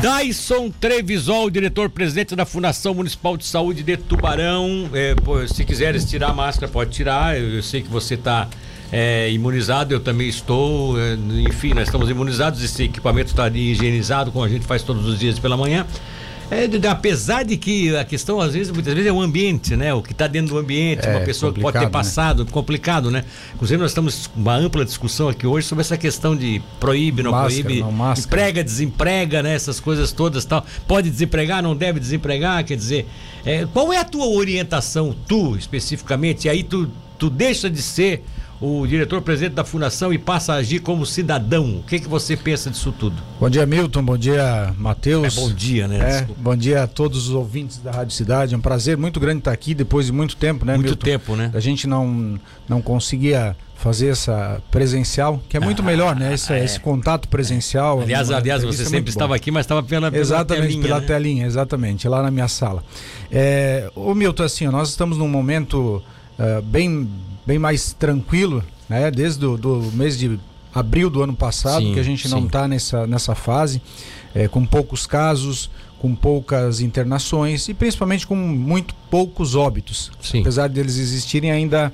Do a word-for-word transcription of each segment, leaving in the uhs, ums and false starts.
Dyson Trevisol, diretor-presidente da Fundação Municipal de Saúde de Tubarão. É, pô, se quiseres tirar a máscara, pode tirar. Eu, eu sei que você está é, imunizado, eu também estou. É, enfim, nós estamos imunizados. Esse equipamento está higienizado, como a gente faz todos os dias pela manhã. É, de, de, apesar de que a questão, às vezes, muitas vezes é o ambiente, né? O que está dentro do ambiente, é, uma pessoa que pode ter passado, né? Complicado, né? Inclusive, nós estamos com uma ampla discussão aqui hoje sobre essa questão de proíbe, não máscara, proíbe, não, emprega, desemprega, né? Essas coisas todas, tal. Pode desempregar, não deve desempregar, quer dizer, é, qual é a tua orientação, tu, especificamente? E aí tu, tu deixa de ser o diretor-presidente da Fundação e passa a agir como cidadão. O que que você pensa disso tudo? Bom dia, Milton. Bom dia, Matheus. É, bom dia, né? É, bom dia a todos os ouvintes da Rádio Cidade. É um prazer muito grande estar aqui depois de muito tempo, né, muito Milton? Muito tempo, né? A gente não, não conseguia fazer essa presencial, que é muito ah, melhor, né? Esse, é. esse contato presencial. É. Aliás, aliás você sempre estava bom. aqui, mas estava pela, pela exatamente, telinha. pela né? telinha, exatamente, lá na minha sala. É, ô Milton, assim, nós estamos num momento uh, bem, bem mais tranquilo, né? Desde o do mês de abril do ano passado, sim, que a gente não está nessa, nessa fase, é, com poucos casos, com poucas internações e principalmente com muito poucos óbitos. Sim. Apesar deles existirem ainda,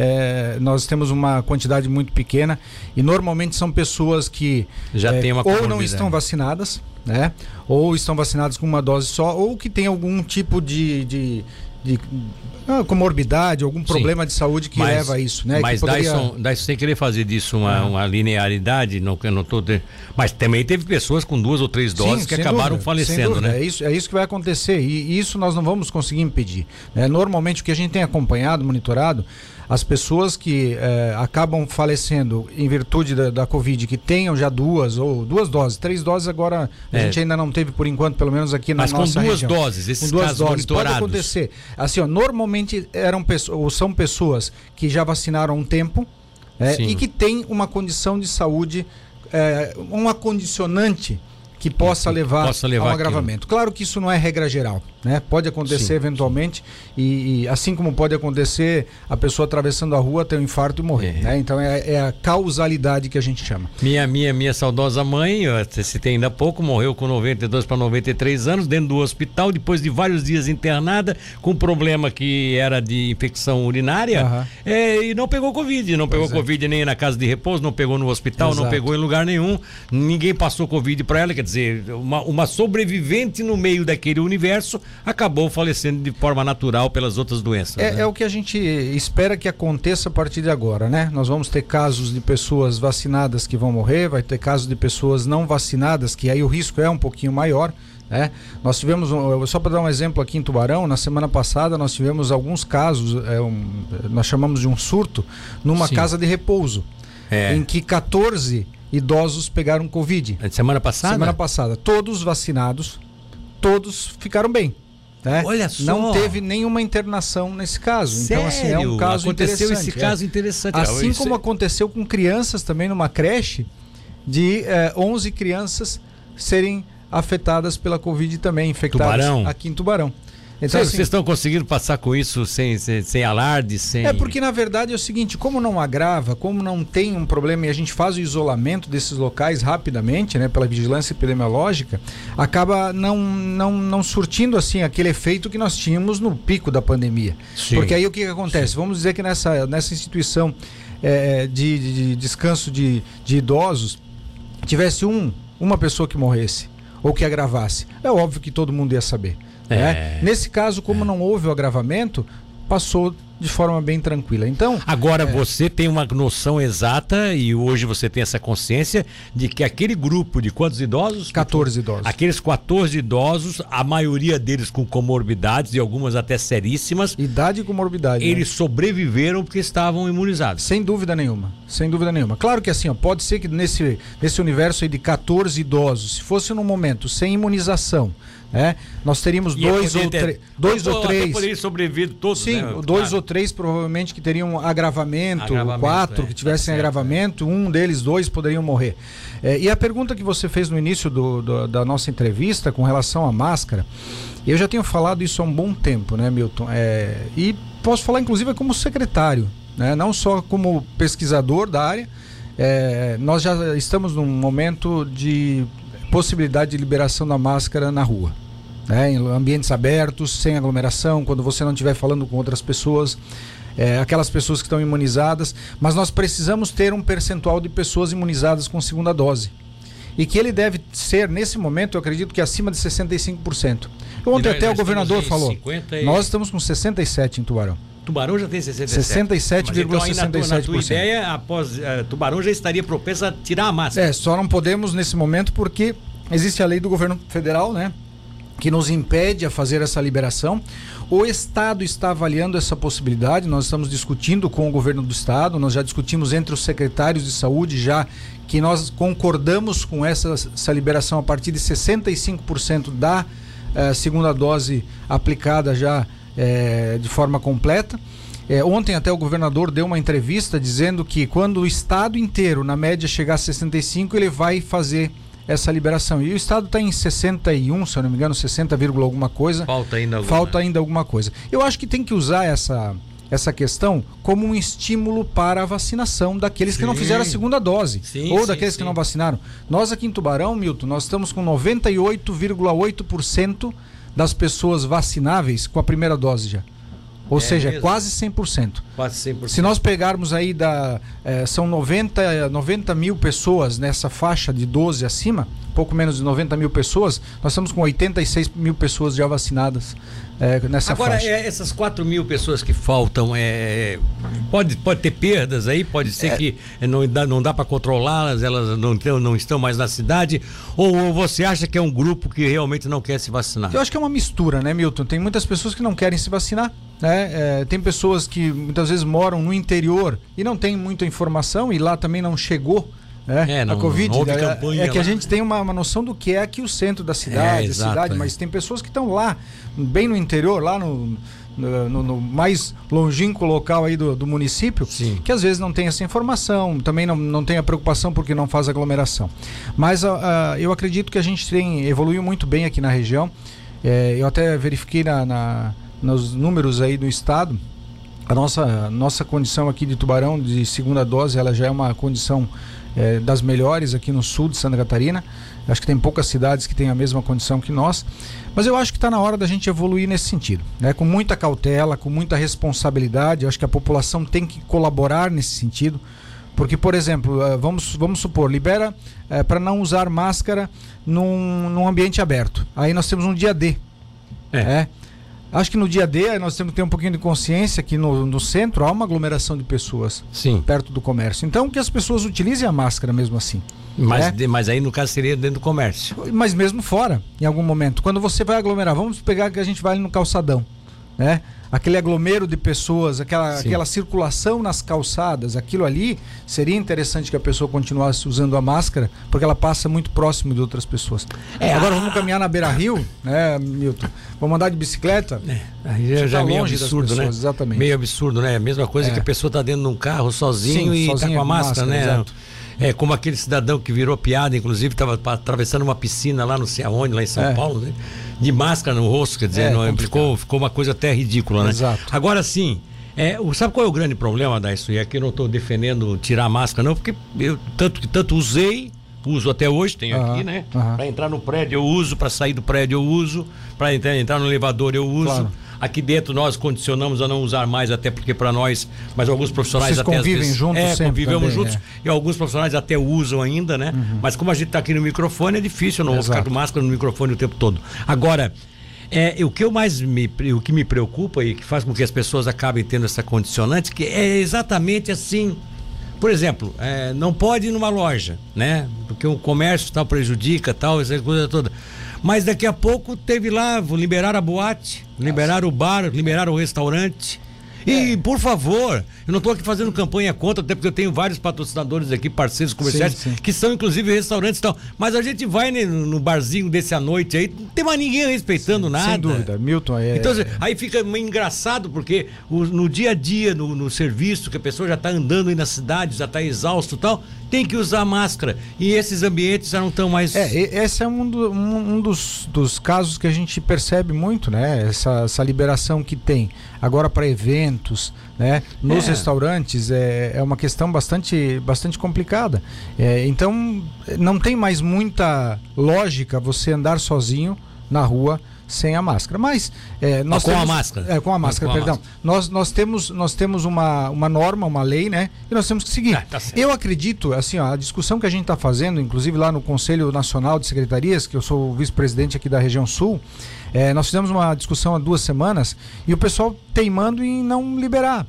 é, nós temos uma quantidade muito pequena e normalmente são pessoas que já é, tem uma ou não estão vacinadas, né? Ou estão vacinadas com uma dose só, ou que tem algum tipo de, de, de ah, comorbidade, algum problema Sim. de saúde que mas, leva a isso, né? Mas que poderia... Dyson, Dyson, sem querer fazer disso uma, ah. uma linearidade, não, eu não tô de... mas também teve pessoas com duas ou três doses Sim, que acabaram dúvida, falecendo, né? É isso, é isso que vai acontecer e isso nós não vamos conseguir impedir. Né? Normalmente o que a gente tem acompanhado, monitorado, as pessoas que eh, acabam falecendo em virtude da, da Covid, que tenham já duas ou duas doses, três doses agora a é. gente ainda não teve por enquanto, pelo menos aqui na Mas nossa região. Mas com duas doses, esses com duas casos doses, monitorados. pode acontecer. Assim, ó, normalmente eram pessoas, ou são pessoas que já vacinaram há um tempo é, e que têm uma condição de saúde, é, um acondicionante que possa levar, possa levar a um agravamento. Aquilo. Claro que isso não é regra geral, né? Pode acontecer sim, eventualmente e, e assim como pode acontecer a pessoa atravessando a rua ter um infarto e morrer, é. né? Então é, é a causalidade que a gente chama. Minha, minha, minha saudosa mãe, eu citei ainda há pouco, morreu com noventa e dois para noventa e três anos dentro do hospital, depois de vários dias internada com um problema que era de infecção urinária uhum. é, e não pegou Covid, não pois pegou é. Covid nem na casa de repouso, não pegou no hospital, Exato. Não pegou em lugar nenhum, ninguém passou Covid para ela, quer dizer, uma, uma sobrevivente no meio daquele universo acabou falecendo de forma natural pelas outras doenças. É, né? é o que a gente espera que aconteça a partir de agora, né? Nós vamos ter casos de pessoas vacinadas que vão morrer, vai ter casos de pessoas não vacinadas, que aí o risco é um pouquinho maior. É, nós tivemos, um, só para dar um exemplo aqui em Tubarão, na semana passada nós tivemos alguns casos, é, um, nós chamamos de um surto, numa Sim. casa de repouso, é. em que quatorze idosos pegaram Covid. Semana passada? Semana passada. Todos vacinados, todos ficaram bem. Né? Olha só. Não teve nenhuma internação nesse caso. Sério? Então, assim, é um caso aconteceu interessante. esse caso é. interessante. Assim Isso como é... aconteceu com crianças também numa creche, de eh, onze crianças serem afetadas pela Covid também, infectadas Tubarão. aqui em Tubarão. Então, assim, vocês estão conseguindo passar com isso sem, sem, sem alarde, sem... É porque na verdade é o seguinte, como não agrava, como não tem um problema e a gente faz o isolamento desses locais rapidamente, né, pela vigilância epidemiológica, acaba não, não, não surtindo assim aquele efeito que nós tínhamos no pico da pandemia. Sim. Porque aí o que, que acontece? Sim. Vamos dizer que nessa, nessa instituição é, de, de, de descanso de, de idosos tivesse um, uma pessoa que morresse ou que agravasse. É óbvio que todo mundo ia saber. É. É. Nesse caso, como é. não houve o agravamento, passou de forma bem tranquila. Então, agora é... você tem uma noção exata e hoje você tem essa consciência de que aquele grupo de quantos idosos? quatorze idosos. Aqueles quatorze idosos, a maioria deles com comorbidades e algumas até seríssimas. Idade e comorbidade. Eles né? sobreviveram porque estavam imunizados. Sem dúvida nenhuma. Sem dúvida nenhuma. Claro que assim, ó, pode ser que nesse, nesse universo aí de quatorze idosos, se fosse num momento sem imunização, é, nós teríamos e dois ou, ter... dois ou três. Poderia sobreviver todos. Sim, né? dois claro. ou três provavelmente que teriam agravamento, agravamento quatro é, que tivessem tá agravamento, certo, um deles, dois poderiam morrer. É, e a pergunta que você fez no início do, do, da nossa entrevista com relação à máscara, eu já tenho falado isso há um bom tempo, né, Milton? É, e posso falar inclusive como secretário, né? Não só como pesquisador da área. É, nós já estamos num momento de possibilidade de liberação da máscara na rua, né? Em ambientes abertos, sem aglomeração, quando você não estiver falando com outras pessoas, é, aquelas pessoas que estão imunizadas, mas nós precisamos ter um percentual de pessoas imunizadas com segunda dose. E que ele deve ser, nesse momento, eu acredito que acima de sessenta e cinco por cento. Ontem até o governador falou, cinquenta e... nós estamos com sessenta e sete por cento em Tubarão. Tubarão já tem sessenta e sete. sessenta e sete vírgula sessenta e sete por cento. Na tua ideia, após uh, Tubarão já estaria propensa a tirar a máscara. É, só não podemos nesse momento porque existe a lei do governo federal, né, que nos impede a fazer essa liberação. O Estado está avaliando essa possibilidade, nós estamos discutindo com o governo do Estado, nós já discutimos entre os secretários de saúde já que nós concordamos com essa, essa liberação a partir de sessenta e cinco por cento da eh, segunda dose aplicada já eh, de forma completa. É, ontem até o governador deu uma entrevista dizendo que quando o estado inteiro, na média, chegar a sessenta e cinco, ele vai fazer essa liberação. E o estado está em sessenta e um, se eu não me engano, sessenta, alguma coisa. Falta ainda alguma. Falta ainda alguma coisa. Eu acho que tem que usar essa, essa questão como um estímulo para a vacinação daqueles sim. que não fizeram a segunda dose. Sim, ou sim, daqueles sim. que não vacinaram. Nós aqui em Tubarão, Milton, nós estamos com noventa e oito vírgula oito por cento das pessoas vacináveis com a primeira dose já. Ou é seja, mesmo? quase cem por cento. Quase cem por cento. Se nós pegarmos aí, da, é, são noventa, noventa mil pessoas nessa faixa de doze acima, pouco menos de noventa mil pessoas, nós estamos com oitenta e seis mil pessoas já vacinadas é, nessa Agora, faixa. Agora, é, essas quatro mil pessoas que faltam, é, pode, pode ter perdas aí? Pode ser é, que não dá, não dá para controlá-las, elas não, estão, não estão mais na cidade? Ou, ou você acha que é um grupo que realmente não quer se vacinar? Eu acho que é uma mistura, né, Milton? Tem muitas pessoas que não querem se vacinar. É, é, tem pessoas que muitas vezes moram no interior e não tem muita informação e lá também não chegou né, é, não, a Covid. Não houve é, campanha é que lá. A gente tem uma, uma noção do que é aqui o centro da cidade, é, exato, a cidade, é. mas tem pessoas que estão lá, bem no interior, lá no, no, no, no mais longínquo local aí do, do município, Sim. que às vezes não tem essa informação, também não, não tem a preocupação porque não faz aglomeração. Mas uh, uh, eu acredito que a gente tem, evoluiu muito bem aqui na região. É, eu até verifiquei na... na nos números aí do estado, a nossa, nossa condição aqui de Tubarão de segunda dose, ela já é uma condição é, das melhores aqui no sul de Santa Catarina. Acho que tem poucas cidades que têm a mesma condição que nós, mas eu acho que está na hora da gente evoluir nesse sentido, né? Com muita cautela, com muita responsabilidade. Eu acho que a população tem que colaborar nesse sentido, porque, por exemplo, vamos, vamos supor, libera é, para não usar máscara num, num ambiente aberto. Aí nós temos um dia D, é. é Acho que no dia D nós temos que ter um pouquinho de consciência que no, no centro há uma aglomeração de pessoas Sim. perto do comércio. Então que as pessoas utilizem a máscara mesmo assim. Mas, né? de, mas aí no caso seria dentro do comércio. Mas mesmo fora, em algum momento. Quando você vai aglomerar, vamos pegar que a gente vai ali no calçadão, né? Aquele aglomero de pessoas, aquela, aquela circulação nas calçadas, aquilo ali, seria interessante que a pessoa continuasse usando a máscara, porque ela passa muito próximo de outras pessoas. É, Agora a... vamos caminhar na beira-rio, né, Milton? Vamos andar de bicicleta? É, aí já, já tá é meio absurdo, pessoas, né? Exatamente. Meio absurdo, né? A mesma coisa é. que a pessoa está dentro de um carro sozinho Sim, e está com a máscara, máscara né? Exato. É como aquele cidadão que virou piada, inclusive estava atravessando uma piscina lá não sei aonde, lá em São é. Paulo, né? De máscara no rosto, quer dizer, é, não, ficou, ficou uma coisa até ridícula, né? Exato. Agora sim, é, sabe qual é o grande problema disso? E aqui eu não estou defendendo tirar a máscara, não, porque eu tanto que tanto usei, uso até hoje, tenho uh-huh, aqui, né? Uh-huh. Para entrar no prédio eu uso, para sair do prédio eu uso, para entrar, entrar no elevador eu uso. Claro. Aqui dentro nós condicionamos a não usar mais, até porque para nós, mas alguns profissionais Vocês até convivem às vezes, juntos é, sempre convivemos também, juntos é. e alguns profissionais até usam ainda, né? Uhum. Mas como a gente está aqui no microfone é difícil, eu não Exato. vou ficar com máscara no microfone o tempo todo. Agora, é, o que eu mais me, o que me preocupa e que faz com que as pessoas acabem tendo essa condicionante, que é exatamente assim. Por exemplo, é, não pode ir numa loja, né? Porque o comércio tal prejudica, tal, essa coisa toda. Mas daqui a pouco teve lá, liberar a boate, liberar o bar, liberar o restaurante. E, é. por favor, eu não estou aqui fazendo campanha contra, até porque eu tenho vários patrocinadores aqui, parceiros comerciais, sim, sim. que são inclusive restaurantes e tal. Mas a gente vai né, no barzinho desse à noite aí, tem mais ninguém respeitando Sem nada. Sem dúvida, Milton. É... Então, aí fica engraçado, porque o, no dia a dia, no, no serviço, que a pessoa já está andando aí na cidade, já está exausto e tal, tem que usar máscara. E esses ambientes já não estão mais... É, esse é um, do, um, um dos, dos casos que a gente percebe muito, né? Essa, essa liberação que tem agora para eventos, né? Nos é. restaurantes é, é uma questão bastante, bastante complicada. É, então, não tem mais muita lógica você andar sozinho na rua sem a máscara, mas é, nós ah, com temos, a máscara é, com a máscara, com a perdão máscara. nós nós temos nós temos uma, uma norma, uma lei, né, e nós temos que seguir. Ah, tá eu acredito assim, ó, a discussão que a gente está fazendo, inclusive lá no Conselho Nacional de Secretarias, que eu sou o vice-presidente aqui da região sul, é, nós fizemos uma discussão há duas semanas e o pessoal teimando em não liberar.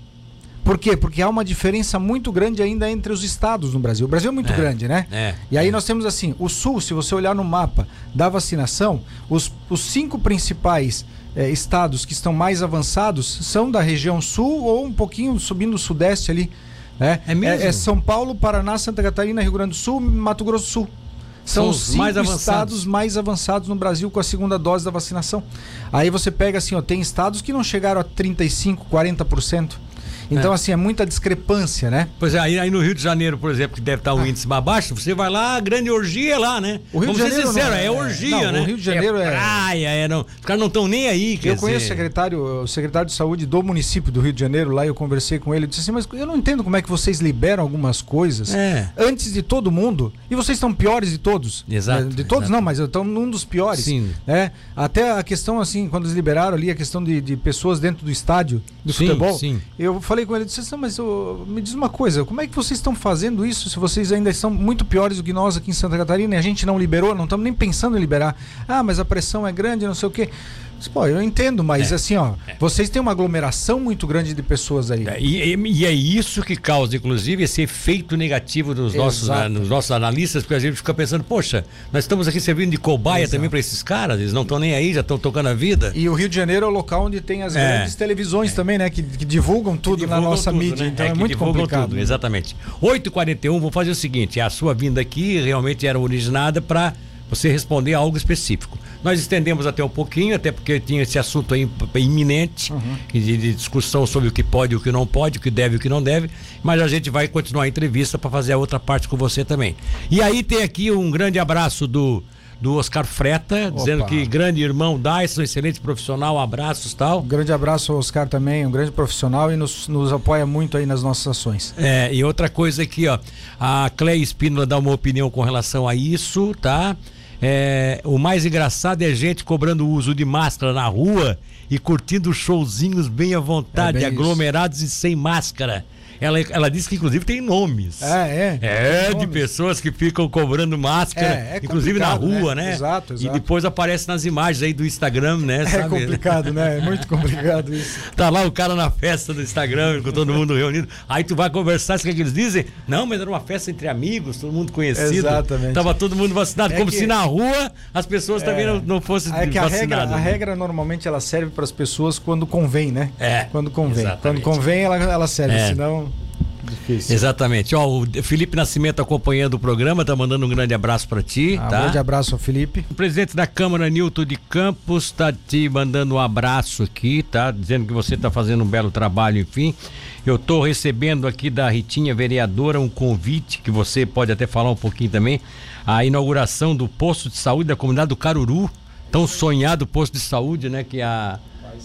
Por quê? Porque há uma diferença muito grande ainda entre os estados no Brasil. O Brasil é muito é, grande, né? É, e aí é. nós temos assim, o Sul, se você olhar no mapa da vacinação, os, os cinco principais é, estados que estão mais avançados são da região Sul ou um pouquinho subindo o Sudeste ali. Né? É mesmo? É, é São Paulo, Paraná, Santa Catarina, Rio Grande do Sul, Mato Grosso do Sul. São os cinco mais estados mais avançados no Brasil com a segunda dose da vacinação. Aí você pega assim, ó, tem estados que não chegaram a trinta e cinco, quarenta por cento. Então, é. assim, é muita discrepância, né? Pois é, aí, aí no Rio de Janeiro, por exemplo, que deve estar o ah. índice mais baixo, você vai lá, grande orgia lá, né? O Rio Vamos de Janeiro ser sincero, não, é orgia, não, né? O Rio de Janeiro é... é praia, é... Não, os caras não estão nem aí, quer Eu dizer... conheço o secretário, o secretário de saúde do município do Rio de Janeiro, lá eu conversei com ele, ele disse assim, mas eu não entendo como é que vocês liberam algumas coisas é. antes de todo mundo, e vocês estão piores de todos. Exato. De todos exato. não, mas estão num dos piores. Sim. Né? Até a questão, assim, quando eles liberaram ali, a questão de, de pessoas dentro do estádio do sim, futebol, sim. eu falei com ele, disse assim, mas eu, me diz uma coisa, como é que vocês estão fazendo isso se vocês ainda estão muito piores do que nós aqui em Santa Catarina e a gente não liberou, não estamos nem pensando em liberar. Ah, mas a pressão é grande, não sei o quê. Pô, eu entendo, mas é, assim, ó, é. vocês têm uma aglomeração muito grande de pessoas aí. É, e, e é isso que causa, inclusive, esse efeito negativo dos nossos, uh, nos nossos analistas, porque a gente fica pensando, poxa, nós estamos aqui servindo de cobaia Exato. também para esses caras, eles não estão nem aí, já estão tocando a vida. E o Rio de Janeiro é o local onde tem as é. grandes televisões é. também, né, que, que divulgam tudo que divulgam na nossa tudo, mídia, né? então é, é muito complicado. Tudo, exatamente. oito e quarenta e um, vou fazer o seguinte, a sua vinda aqui realmente era originada para você responder a algo específico. Nós estendemos até um pouquinho, até porque tinha esse assunto aí iminente, uhum. de, de discussão sobre o que pode e o que não pode, o que deve e o que não deve, mas a gente vai continuar a entrevista para fazer a outra parte com você também. E aí tem aqui um grande abraço do, do Oscar Freta, Opa. dizendo que grande irmão Dyson, excelente profissional, abraços e tal. Um grande abraço ao Oscar também, um grande profissional e nos, nos apoia muito aí nas nossas ações. É, e outra coisa aqui, ó, a Cleia Espínola dá uma opinião com relação a isso, tá? É, o mais engraçado é gente cobrando o uso de máscara na rua e curtindo showzinhos bem à vontade, é aglomerados isso. e sem máscara. Ela, ela disse que inclusive tem nomes. É, é. É, tem de nomes. pessoas que ficam cobrando máscara, é, é inclusive na rua, né? né? Exato, exato. E depois aparece nas imagens aí do Instagram, né? É sabe? complicado, né? É muito complicado isso. Tá lá o cara na festa do Instagram, com todo mundo reunido. Aí tu vai conversar, sabe o que eles dizem? Não, mas era uma festa entre amigos, todo mundo conhecido. Exatamente. Tava todo mundo vacinado, é como que... se na rua as pessoas é... também não, não fossem é que vacinadas. A regra, né? a regra normalmente ela serve para as pessoas quando convém, né? É. Quando convém. Exatamente. Quando convém ela, ela serve, é. senão... Difícil. Exatamente. Ó, o Felipe Nascimento acompanhando o programa, tá mandando um grande abraço para ti, ah, tá? Um grande abraço ao Felipe. O presidente da Câmara, Nilton de Campos, tá te mandando um abraço aqui, tá? Dizendo que você tá fazendo um belo trabalho, enfim. Eu tô recebendo aqui da Ritinha, vereadora, um convite que você pode até falar um pouquinho também, a inauguração do posto de saúde da comunidade do Caruru, tão sonhado posto de saúde, né? Que a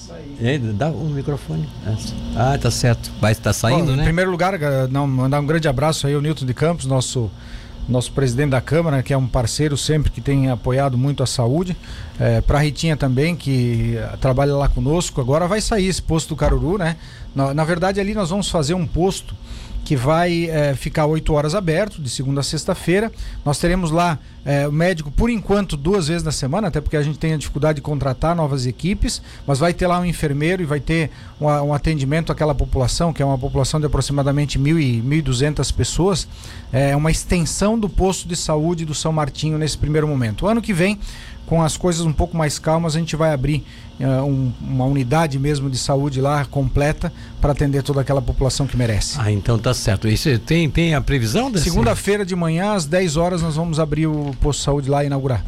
É, dá o microfone. Ah, tá certo. Vai estar saindo, Bom, né? Em primeiro lugar, não, mandar um grande abraço aí ao Nilton de Campos, nosso, nosso presidente da Câmara, que é um parceiro sempre que tem apoiado muito a saúde. É, para a Ritinha também, que trabalha lá conosco. Agora vai sair esse posto do Caruru, né? Na, na verdade, ali nós vamos fazer um posto que vai é, ficar oito horas aberto, de segunda a sexta-feira. Nós teremos lá é, o médico, por enquanto, duas vezes na semana, até porque a gente tem a dificuldade de contratar novas equipes, mas vai ter lá um enfermeiro e vai ter um, um atendimento àquela população, que é uma população de aproximadamente mil e duzentas pessoas. É uma extensão do posto de saúde do São Martinho nesse primeiro momento. O ano que vem, com as coisas um pouco mais calmas, a gente vai abrir uh, um, uma unidade mesmo de saúde lá completa para atender toda aquela população que merece. Ah, então tá certo. Isso tem, tem a previsão desse... Segunda-feira de manhã, às dez horas, nós vamos abrir o posto de saúde lá e inaugurar.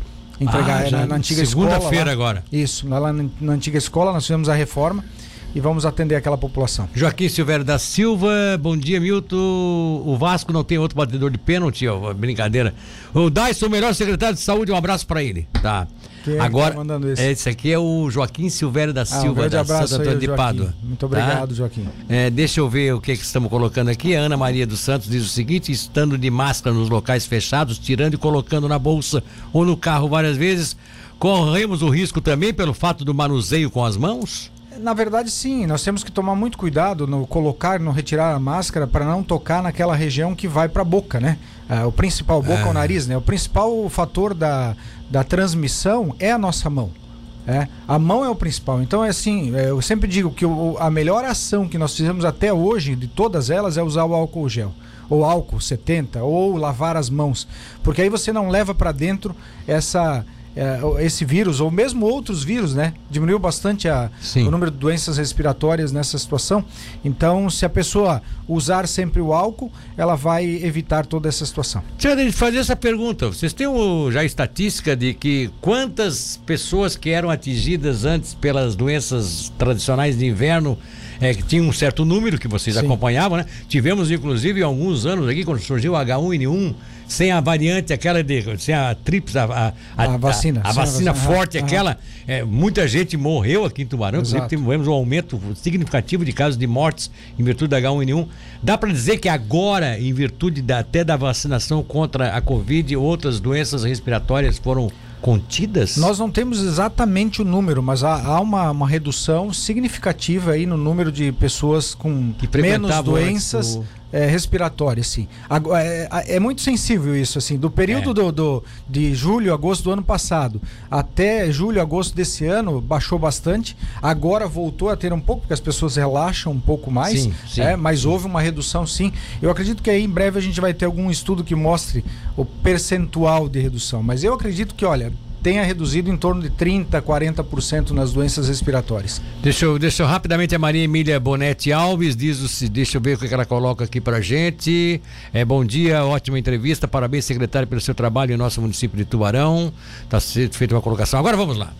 entregar ah, na, na antiga escola. Segunda-feira agora. Isso, lá na, na antiga escola nós fizemos a reforma e vamos atender aquela população. Joaquim Silvério da Silva, bom dia, Milton. O Vasco não tem outro batedor de pênalti, ó, brincadeira. O Dyson, o melhor secretário de saúde, um abraço pra ele. Tá. Quem é agora, que tá mandando esse? Esse aqui é o Joaquim Silvério da Ah, Silva, um da abraço Santo Antônio aí, de Pádua. Muito obrigado, tá? Joaquim. É, deixa eu ver o que, que estamos colocando aqui. A Ana Maria dos Santos diz o seguinte: estando de máscara nos locais fechados, tirando e colocando na bolsa ou no carro várias vezes, corremos o risco também pelo fato do manuseio com as mãos? Na verdade, sim, nós temos que tomar muito cuidado no colocar, no retirar a máscara para não tocar naquela região que vai para a boca, né? Ah, o principal, boca é. ou nariz, né? O principal fator da, da transmissão é a nossa mão. É, a mão é o principal. Então é assim, é, eu sempre digo que o, a melhor ação que nós fizemos até hoje, de todas elas, é usar o álcool gel. Ou álcool setenta, ou lavar as mãos. Porque aí você não leva para dentro essa... É, esse vírus, ou mesmo outros vírus, né? Diminuiu bastante a, o número de doenças respiratórias nessa situação. Então, se a pessoa usar sempre o álcool, ela vai evitar toda essa situação. Deixa eu fazer essa pergunta. Vocês têm o, já estatística de que quantas pessoas que eram atingidas antes pelas doenças tradicionais de inverno, é, que tinha um certo número que vocês Sim. acompanhavam, né? Tivemos, inclusive, alguns anos aqui, quando surgiu o agá um ene um, sem a variante, aquela de, sem a tríplice, a, a, a, a vacina, a, a vacina, vacina forte, aham, aquela, aham. É, muita gente morreu aqui em Tubarão, inclusive tivemos um aumento significativo de casos de mortes em virtude da agá um ene um. Dá para dizer que agora, em virtude da, até da vacinação contra a Covid, outras doenças respiratórias foram contidas? Nós não temos exatamente o número, mas há, há uma, uma redução significativa aí no número de pessoas com menos doenças o... é, respiratórias, sim. Agora, é, é muito sensível isso, assim, do período é. do, do, de julho, agosto do ano passado até julho, agosto desse ano, baixou bastante, agora voltou a ter um pouco, porque as pessoas relaxam um pouco mais, sim, sim, é, mas sim. houve uma redução, sim. Eu acredito que aí em breve a gente vai ter algum estudo que mostre o percentual de redução, mas eu acredito que, olha, tenha reduzido em torno de trinta, quarenta por cento nas doenças respiratórias. Deixa eu, deixa eu rapidamente, a Maria Emília Bonetti Alves diz, o, deixa eu ver o que ela coloca aqui pra gente. É, bom dia, ótima entrevista, parabéns, secretário, pelo seu trabalho em nosso município de Tubarão. Tá feita uma colocação. Agora vamos lá.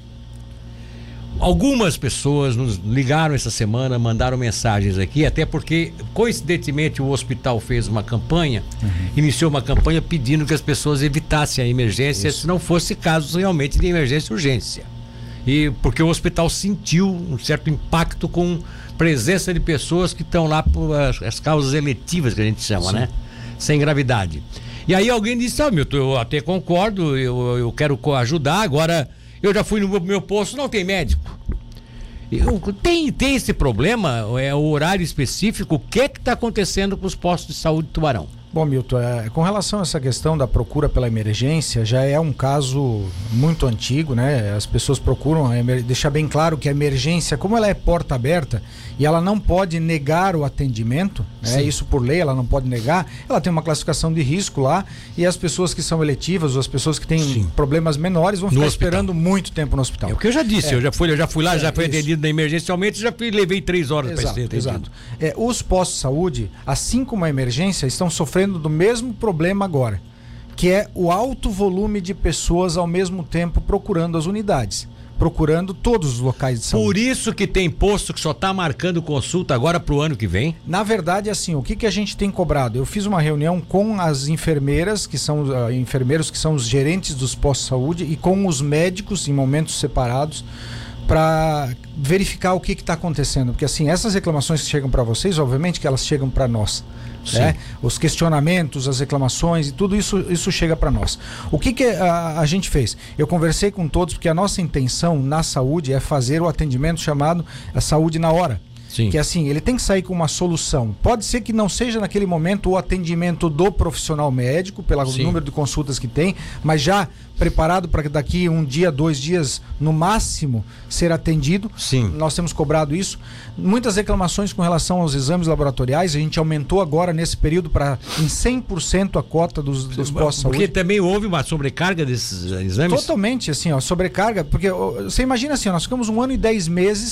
Algumas pessoas nos ligaram essa semana, mandaram mensagens aqui, até porque, coincidentemente, o hospital fez uma campanha, uhum. iniciou uma campanha pedindo que as pessoas evitassem a emergência, Isso. se não fosse casos realmente de emergência e urgência. E porque o hospital sentiu um certo impacto com presença de pessoas que estão lá por as, as causas eletivas, que a gente chama, Sim. né? Sem gravidade. E aí alguém disse, ah, Milton, eu até concordo, eu, eu quero ajudar, agora... Eu já fui no meu posto, não tem médico. Eu, tem, tem esse problema? É o horário específico? O que é que está acontecendo com os postos de saúde de Tubarão? Bom, Milton, é, com relação a essa questão da procura pela emergência, já é um caso muito antigo, né? As pessoas procuram deixar bem claro que a emergência, como ela é porta aberta e ela não pode negar o atendimento, né? Isso por lei, ela não pode negar, ela tem uma classificação de risco lá e as pessoas que são eletivas ou as pessoas que têm Sim. problemas menores vão ficar esperando muito tempo no hospital. É o que eu já disse, é. eu, já fui, eu já fui lá, é, já fui isso. atendido na emergencialmente, já fui, levei três horas para ser atendido. Exato. É, os postos de saúde, assim como a emergência, estão sofrendo do mesmo problema agora, que é o alto volume de pessoas ao mesmo tempo procurando as unidades, procurando todos os locais de saúde. Por isso que tem posto que só está marcando consulta agora para o ano que vem? Na verdade, assim, o que, que a gente tem cobrado? Eu fiz uma reunião com as enfermeiras, que são uh, enfermeiros que são os gerentes dos postos de saúde, e com os médicos em momentos separados, para verificar o que está acontecendo, porque assim, essas reclamações que chegam para vocês, obviamente que elas chegam para nós, né? Os questionamentos, as reclamações e tudo isso, isso chega para nós. O que, que a, a gente fez? Eu conversei com todos, porque a nossa intenção na saúde é fazer o atendimento chamado a saúde na hora. Sim. Que assim, ele tem que sair com uma solução. Pode ser que não seja naquele momento o atendimento do profissional médico, pelo Sim. número de consultas que tem, mas já preparado para daqui um dia, dois dias, no máximo, ser atendido. Sim. Nós temos cobrado isso. Muitas reclamações com relação aos exames laboratoriais, a gente aumentou agora nesse período para em cem por cento a cota dos, dos postos de saúde. Porque também houve uma sobrecarga desses exames? Totalmente, assim, ó, sobrecarga, porque ó, você imagina assim, ó, nós ficamos um ano e dez meses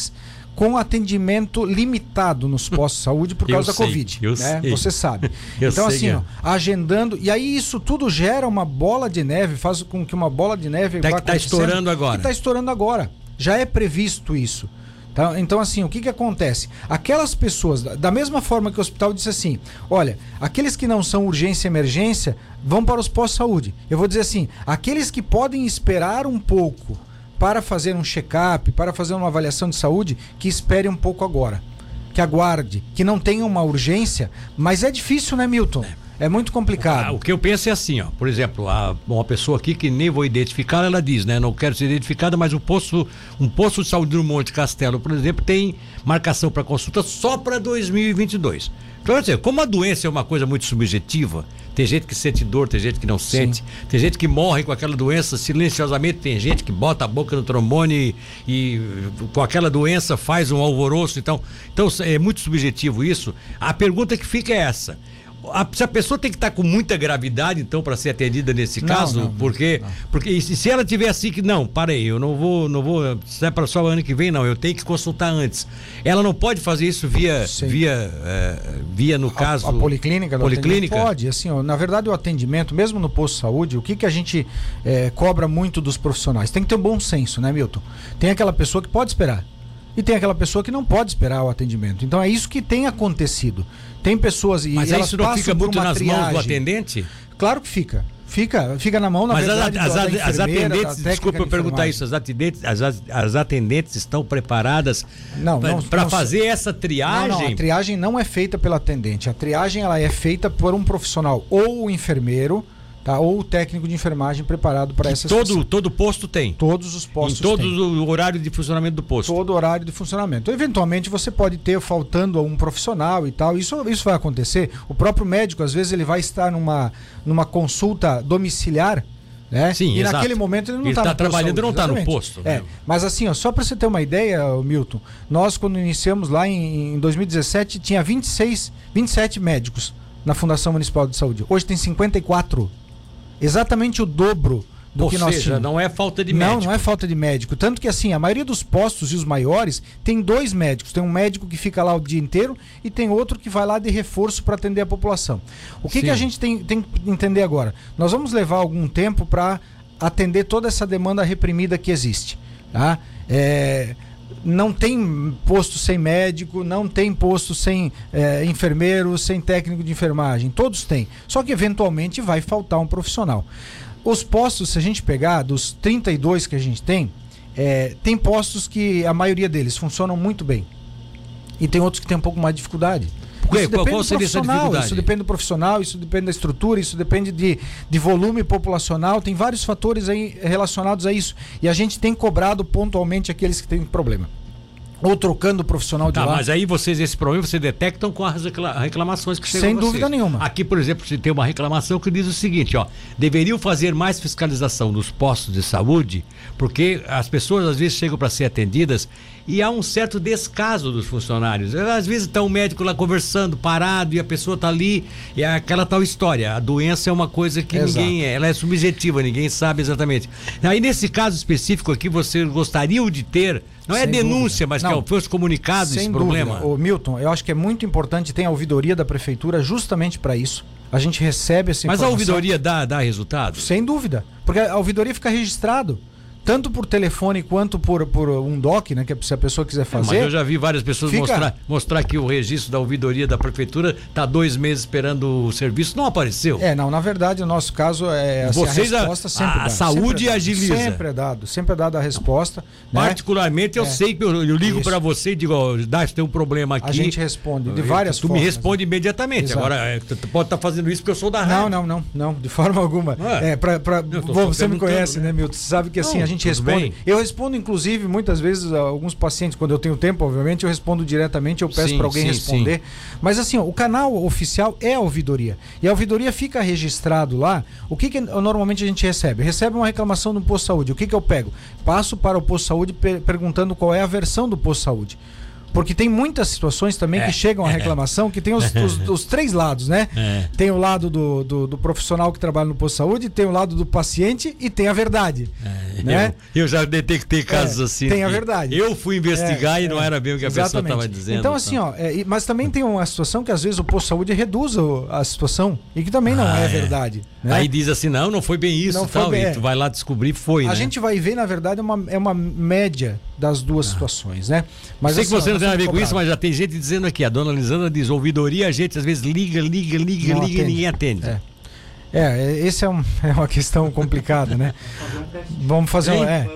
com atendimento limitado nos postos de saúde por causa eu da sei, Covid. Eu né? sei. Você sabe. eu então, sei, assim, é. ó, agendando, e aí isso tudo gera uma bola de neve, faz com que uma bola de neve Tá, vá que tá estourando agora. Está estourando agora. Já é previsto isso. Tá? Então, assim, o que que acontece? Aquelas pessoas, da mesma forma que o hospital disse assim, olha, aqueles que não são urgência e emergência, vão para os postos de saúde. Eu vou dizer assim, aqueles que podem esperar um pouco para fazer um check-up, para fazer uma avaliação de saúde, que espere um pouco agora. Que aguarde, que não tenha uma urgência, mas é difícil, né, Milton? É muito complicado. Ah, o que eu penso é assim, ó. Por exemplo, a, uma pessoa aqui que nem vou identificar, ela diz, né? Não quero ser identificada, mas o posto, um posto de saúde no Monte Castelo, por exemplo, tem marcação para consulta só para dois mil e vinte e dois. Então, quer dizer, como a doença é uma coisa muito subjetiva, tem gente que sente dor, tem gente que não sente, Sim. tem gente que morre com aquela doença silenciosamente, tem gente que bota a boca no trombone e, e com aquela doença faz um alvoroço. Então, então é muito subjetivo isso. A pergunta que fica é essa. A, se a pessoa tem que estar com muita gravidade, então, para ser atendida nesse não, caso, não, porque, não. porque se, se ela tiver assim que não, para aí, eu não vou, não vou, se é para só o ano que vem, não, eu tenho que consultar antes. Ela não pode fazer isso via, via, é, via no caso. A, a policlínica, policlínica pode, assim, ó, na verdade o atendimento, mesmo no posto de saúde, o que que a gente é, cobra muito dos profissionais? Tem que ter um bom senso, né, Milton? Tem aquela pessoa que pode esperar. E tem aquela pessoa que não pode esperar o atendimento. Então é isso que tem acontecido. Tem pessoas... Mas e elas isso não fica muito nas triagem. mãos do atendente? Claro que fica. Fica, fica na mão, na Mas verdade, as, da, as, da as atendentes, da desculpa eu de perguntar isso, as atendentes, as, as atendentes estão preparadas para fazer essa triagem? Não, não, a triagem não é feita pela atendente. A triagem ela é feita por um profissional, ou o enfermeiro, tá, ou o técnico de enfermagem preparado para essa todo situação. Todo posto tem? Todos os postos em todos têm. o horário de funcionamento do posto? Todo horário de funcionamento. Eventualmente você pode ter faltando um profissional e tal, isso, isso vai acontecer. O próprio médico, às vezes, ele vai estar numa, numa consulta domiciliar, né? Sim, e exato. Naquele momento ele não está está tá trabalhando e não está no posto. É, né? mas assim, ó, só para você ter uma ideia, Milton, nós quando iniciamos lá em, em dois mil e dezessete tinha vinte e seis, vinte e sete médicos na Fundação Municipal de Saúde. Hoje tem cinquenta e quatro. Exatamente o dobro do Ou que nós seja, tínhamos. não é falta de médico. Não, não é falta de médico. Tanto que assim, a maioria dos postos e os maiores tem dois médicos. Tem um médico que fica lá o dia inteiro e tem outro que vai lá de reforço para atender a população. O que, que a gente tem, tem que entender agora? Nós vamos levar algum tempo para atender toda essa demanda reprimida que existe. Tá? É... Não tem posto sem médico, não tem posto sem é, enfermeiro, sem técnico de enfermagem. Todos têm. Só que eventualmente vai faltar um profissional. Os postos, se a gente pegar, dos trinta e dois que a gente tem, é, tem postos que a maioria deles funcionam muito bem. E tem outros que tem um pouco mais de dificuldade. Qual, Isso qual, depende qual do seria essa profissional, dificuldade? isso depende do profissional, isso depende da estrutura, isso depende de, de volume populacional, tem vários fatores aí relacionados a isso. E a gente tem cobrado pontualmente aqueles que têm problema. Ou trocando o profissional de tá, lá. Mas aí vocês, esse problema, vocês detectam com as reclamações que chegam Sem a vocês. dúvida nenhuma. Aqui, por exemplo, se tem uma reclamação que diz o seguinte, ó, deveriam fazer mais fiscalização nos postos de saúde, porque as pessoas às vezes chegam para ser atendidas e há um certo descaso dos funcionários. Às vezes está um médico lá conversando, parado, e a pessoa está ali, e é aquela tal história. A doença é uma coisa que Exato. ninguém, ela é subjetiva, ninguém sabe exatamente. Aí nesse caso específico aqui, vocês gostariam de ter, não é Sem denúncia, dúvida. mas Não. que fosse comunicado Sem esse dúvida. problema. Ô, Milton, eu acho que é muito importante, tem a ouvidoria da prefeitura justamente para isso. A gente recebe essa Mas informação. a ouvidoria dá, dá resultado? Sem dúvida. Porque a ouvidoria fica registrado. Tanto por telefone quanto por, por um D O C, né? Que se a pessoa quiser fazer. Mas eu já vi várias pessoas fica... mostrar, mostrar que o registro da ouvidoria da prefeitura está dois meses esperando o serviço, não apareceu. É, não, na verdade, o nosso caso é assim, Vocês, a resposta a, sempre a dá. saúde sempre é agiliza. Dado, sempre é dado, sempre é dada a resposta. Né? Particularmente, eu É. sei que eu, eu ligo Isso. para você e digo, ó, Dácio, tem um problema aqui. A gente responde de várias tu formas. me responde imediatamente. Exato. Agora, é, tu, tu pode estar tá fazendo isso porque eu sou da rádio. Não, não, não, não, de forma alguma. Ué, é, pra, pra, eu tô bom, só você me perguntando, conhece, né? né, Milton? Você sabe que assim, Não, a gente tudo responde. bem. Eu respondo, inclusive, muitas vezes, a alguns pacientes, quando eu tenho tempo, obviamente, eu respondo diretamente, eu peço Sim, para alguém sim, responder. Sim. Mas assim, ó, o canal oficial é a ouvidoria. E a ouvidoria fica registrado lá. O que, que normalmente a gente recebe? Recebe uma reclamação do posto de saúde. O que, que eu pego? Passo para o posto de saúde per perguntando qual é a versão do posto de saúde. Porque tem muitas situações também é. que chegam à reclamação, que tem os, os, os três lados, né? É. Tem o lado do, do, do profissional que trabalha no posto de saúde, tem o lado do paciente e tem a verdade. É. Né? Eu, eu já detectei casos é, assim. Tem a verdade. Eu fui investigar é, e não é, era bem o que a exatamente. pessoa estava dizendo. Então, assim, ó, é, mas também tem uma situação que às vezes o posto de saúde reduz a situação e que também não ah, é, é verdade. Né? Aí diz assim, não, não foi bem isso não tal, bem, e tu vai lá descobrir, foi, A né? gente vai ver, na verdade, é uma, é uma média das duas ah. situações, né? Mas sei assim, que você ó, não tem a ver com cobrado. isso, mas já tem gente dizendo aqui, a dona Lisandra diz, ouvidoria, a gente às vezes liga, liga, liga, não liga atende. e ninguém atende. É. É, esse é, um, é uma questão complicada, né? Vamos fazer um. É.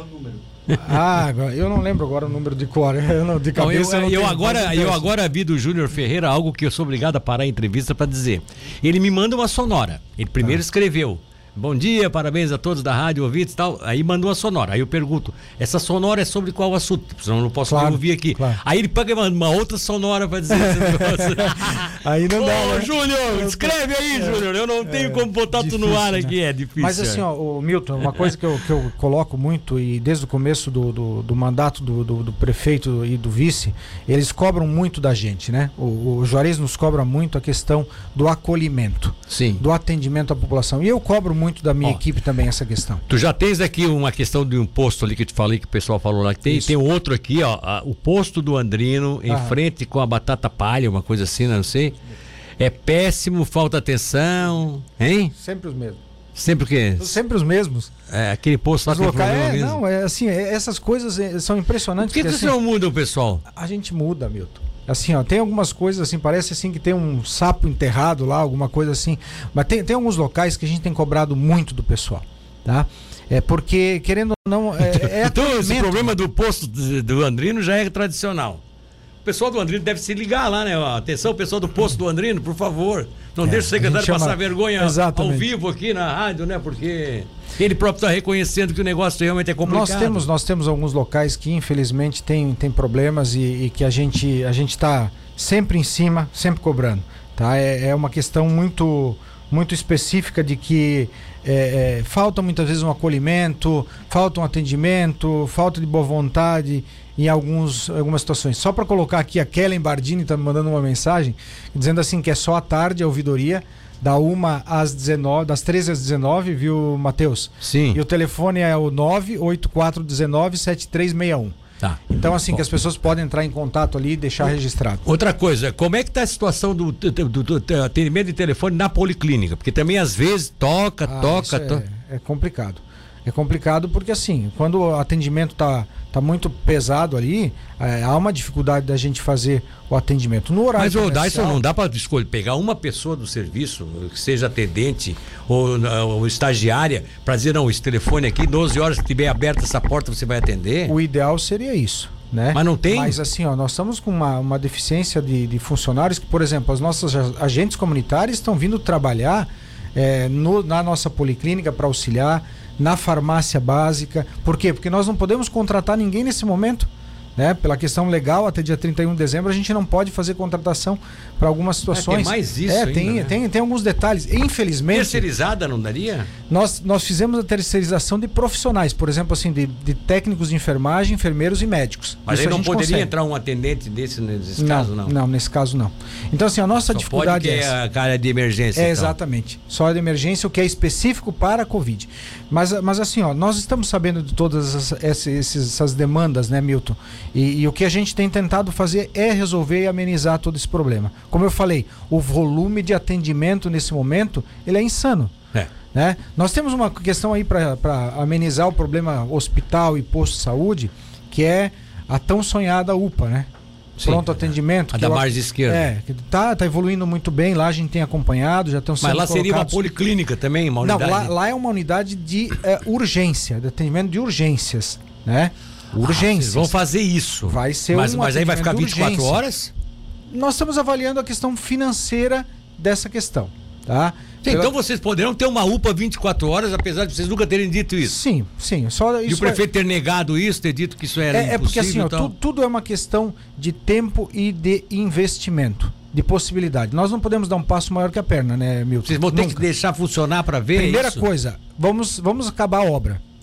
Ah, eu não lembro agora o número de cor. Eu não, de cabeça não, eu, eu, eu, agora, eu agora vi do Júnior Ferreira algo que eu sou obrigado a parar a entrevista para dizer. Ele me manda uma sonora. Ele primeiro ah. escreveu. Bom dia, parabéns a todos da rádio, ouvintes e tal. Aí mandou a sonora. Aí eu pergunto, essa sonora é sobre qual assunto? Senão eu não posso claro, ouvir aqui. Claro. Aí ele paga uma outra sonora pra dizer esse negócio. Aí não Ô, dá, né? Júnior, escreve aí, é, Júnior. Eu não tenho é, como botar difícil, tu no ar aqui, né? É difícil. Mas assim, ó, o Milton, uma coisa que eu, que eu coloco muito, e desde o começo do, do, do mandato do, do, do prefeito e do vice, eles cobram muito da gente, né? O, o Juarez nos cobra muito a questão do acolhimento. Sim. Do atendimento à população. E eu cobro muito da minha Ó, equipe também essa questão. Tu já tens aqui uma questão de um posto ali que eu te falei, que o pessoal falou lá, que tem, tem outro aqui, ó, a, o posto do Andrino, em ah. frente com a batata palha, uma coisa assim, não sei. É péssimo, falta atenção, hein? Sempre os mesmos. Sempre o quê? Sempre os mesmos. É, aquele posto lá tem locais, problema é, mesmo. Não, é assim, é, essas coisas é, são impressionantes. Por que porque, você assim, não muda o pessoal? A gente muda, Milton. Assim, ó, tem algumas coisas assim, parece assim que tem um sapo enterrado lá, alguma coisa assim. Mas tem, tem alguns locais que a gente tem cobrado muito do pessoal, tá? É porque, querendo ou não, é, é então esse problema do posto do Andrino já é tradicional. O pessoal do Andrino deve se ligar lá, né? Atenção, pessoal do posto do Andrino, por favor. Não é, deixe o secretário chama... passar vergonha Exatamente. Ao vivo aqui na rádio, né? Porque ele próprio está reconhecendo que o negócio realmente é complicado. Nós temos, nós temos alguns locais que infelizmente tem, tem problemas e, e que a gente a gente está sempre em cima, sempre cobrando, tá? É, é uma questão muito muito específica de que é, é, falta muitas vezes um acolhimento, falta um atendimento, falta de boa vontade em alguns, algumas situações. Só para colocar aqui, a Kellen Bardini está me mandando uma mensagem dizendo assim que é só à tarde a ouvidoria, da uma às dezenove, das treze às dezenove, viu, Matheus? Sim. E o telefone é o nove oito quatro um nove sete três seis um. Tá. Então, assim, Bom. que as pessoas podem entrar em contato ali e deixar registrado. Outra coisa, como é que tá a situação do, do, do, do atendimento de telefone na policlínica? Porque também às vezes toca, ah, toca, é, toca. É complicado. É complicado porque, assim, quando o atendimento tá, tá muito pesado ali, é, há uma dificuldade da gente fazer o atendimento. No horário Mas, ô, Dyson, não dá para escolher pegar uma pessoa do serviço, que seja atendente ou, ou estagiária, para dizer, não, esse telefone aqui, doze horas que tiver aberta essa porta, você vai atender? O ideal seria isso, né? Mas não tem? Mas, assim, ó, nós estamos com uma, uma deficiência de, de funcionários que, por exemplo, as nossas agentes comunitários estão vindo trabalhar é, no, na nossa policlínica para auxiliar, na farmácia básica. Por quê? Porque nós não podemos contratar ninguém nesse momento, né? Pela questão legal, até dia trinta e um de dezembro a gente não pode fazer contratação para algumas situações. É, tem mais isso é, ainda, tem, né? tem, tem alguns detalhes. Infelizmente... Terceirizada não daria? Nós, nós fizemos a terceirização de profissionais, por exemplo, assim, de, de técnicos de enfermagem, enfermeiros e médicos. Mas isso aí não poderia consegue. Entrar um atendente desse nesse não, caso, não? Não, nesse caso não. Então, assim, a nossa Só dificuldade pode que é essa. É a cara de emergência. É, então. Exatamente. Só de emergência, o que é específico para a Covid. Mas, mas assim, ó, nós estamos sabendo de todas essas, essas demandas, né, Milton? E, e o que a gente tem tentado fazer é resolver e amenizar todo esse problema. Como eu falei, o volume de atendimento nesse momento, ele é insano. É. Né? Nós temos uma questão aí para amenizar o problema hospital e posto de saúde, que é a tão sonhada U P A, né? Sim, Pronto atendimento. A da margem esquerda. É, que tá, tá evoluindo muito bem, lá a gente tem acompanhado, já estão sendo Mas lá seria uma colocados... policlínica também, uma unidade? Não, lá, lá é uma unidade de é, urgência, de atendimento de urgências, né? Urgências. Ah, vão fazer isso. Vai ser mas, um mas aí vai ficar vinte e quatro urgência. horas? Nós estamos avaliando a questão financeira dessa questão, tá? Sim, Pela... Então vocês poderão ter uma U P A vinte e quatro horas, apesar de vocês nunca terem dito isso? Sim, sim. Só isso e o prefeito é... ter negado isso, ter dito que isso era é, impossível? É porque assim, ó, então... tu, tudo é uma questão de tempo e de investimento, de possibilidade. Nós não podemos dar um passo maior que a perna, né, Milton? Vocês vão ter Nunca. que deixar funcionar para ver Primeira isso? coisa, vamos, vamos acabar a obra,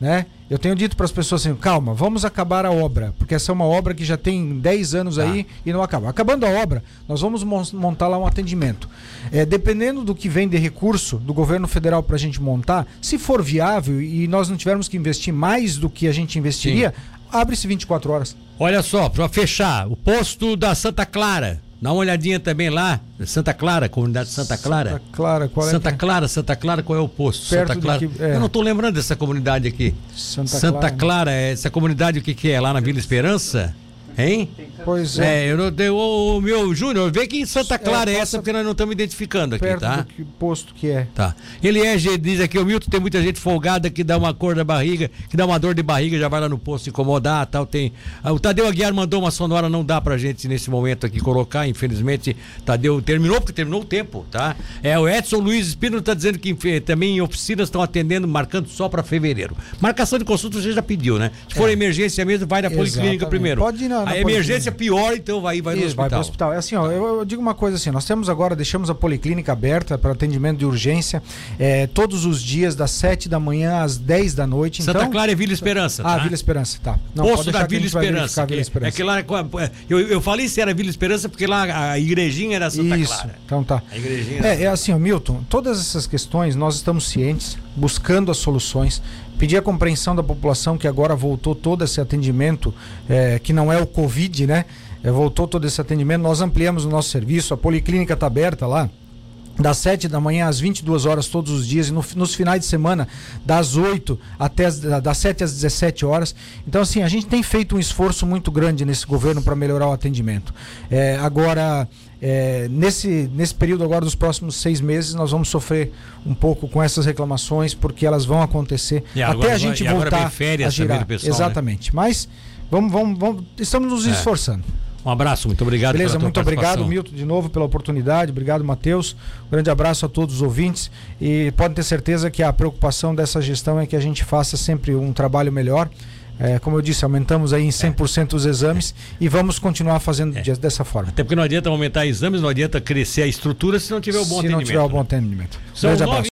né? Eu tenho dito para as pessoas assim, calma, vamos acabar a obra, porque essa é uma obra que já tem dez anos Tá. aí e não acaba. Acabando a obra, nós vamos montar lá um atendimento. É, dependendo do que vem de recurso do governo federal para a gente montar, se for viável e nós não tivermos que investir mais do que a gente investiria, abre-se vinte e quatro horas. Olha só, para fechar, o posto da Santa Clara. Dá uma olhadinha também lá, Santa Clara, comunidade Santa Clara. Santa Clara, qual é Santa que é? Clara, Santa Clara, qual é o posto? Perto Santa Clara. do que- é. Eu não estou lembrando dessa comunidade aqui. Santa, Santa Clara. Clara, essa comunidade o que que é? Lá na Vila Esperança? Hein? Pois é. É, eu não dei, ô, ô, meu Júnior, vê que Santa Clara é, passa essa, porque nós não estamos identificando aqui, Perto tá? do que posto que é. Tá. Ele é, diz aqui, o Milton, tem muita gente folgada que dá uma cor da barriga, que dá uma dor de barriga, já vai lá no posto incomodar, tal, tem... Ah, o Tadeu Aguiar mandou uma sonora, não dá pra gente nesse momento aqui colocar, infelizmente, Tadeu terminou, porque terminou o tempo, tá? É, o Edson Luiz Espírito tá dizendo que em- também em oficinas estão atendendo, marcando só pra fevereiro. Marcação de consulta você já pediu, né? Se for É. emergência mesmo, vai na policlínica Exatamente. primeiro. Pode ir na- na A emergência policlínica. pior, então vai, vai no Isso, vai hospital. para o hospital. É assim, ó, eu, eu digo uma coisa assim, nós temos agora, deixamos a policlínica aberta para atendimento de urgência é, todos os dias, das sete da manhã às dez da noite. Santa então... Clara é Vila Esperança, Ah, tá? Vila Esperança, tá. Não, pode Posto deixar da que a Vila gente vai verificar Esperança. a Vila que- Esperança. É que lá, eu, eu falei se era Vila Esperança porque lá a igrejinha era Santa Isso, Clara. então tá. A igrejinha É, é assim, ó, Milton, todas essas questões nós estamos cientes, buscando as soluções, pedir a compreensão da população que agora voltou todo esse atendimento, é, que não é o Covid, né? É, voltou todo esse atendimento, nós ampliamos o nosso serviço, a policlínica está aberta lá, das sete da manhã às vinte e duas horas todos os dias, e no, nos finais de semana das oito até as, das sete às dezessete horas. Então assim, a gente tem feito um esforço muito grande nesse governo para melhorar o atendimento. É, agora, é, nesse, nesse período agora dos próximos seis meses, nós vamos sofrer um pouco com essas reclamações, porque elas vão acontecer E até agora a gente vai- e agora voltar vem férias a girar. também do pessoal, Exatamente. Mas vamos, vamos, vamos, estamos nos É. esforçando. Um abraço, muito obrigado. Beleza, pela tua muito obrigado, participação. Milton, de novo pela oportunidade. Obrigado, Matheus. Um grande abraço a todos os ouvintes. E podem ter certeza que a preocupação dessa gestão é que a gente faça sempre um trabalho melhor. É, como eu disse, aumentamos aí em cem por cento os exames e vamos continuar fazendo de- dessa forma. Até porque não adianta aumentar exames, não adianta crescer a estrutura se não tiver o bom Se atendimento. não tiver o bom né? atendimento. São Grande nove abraço.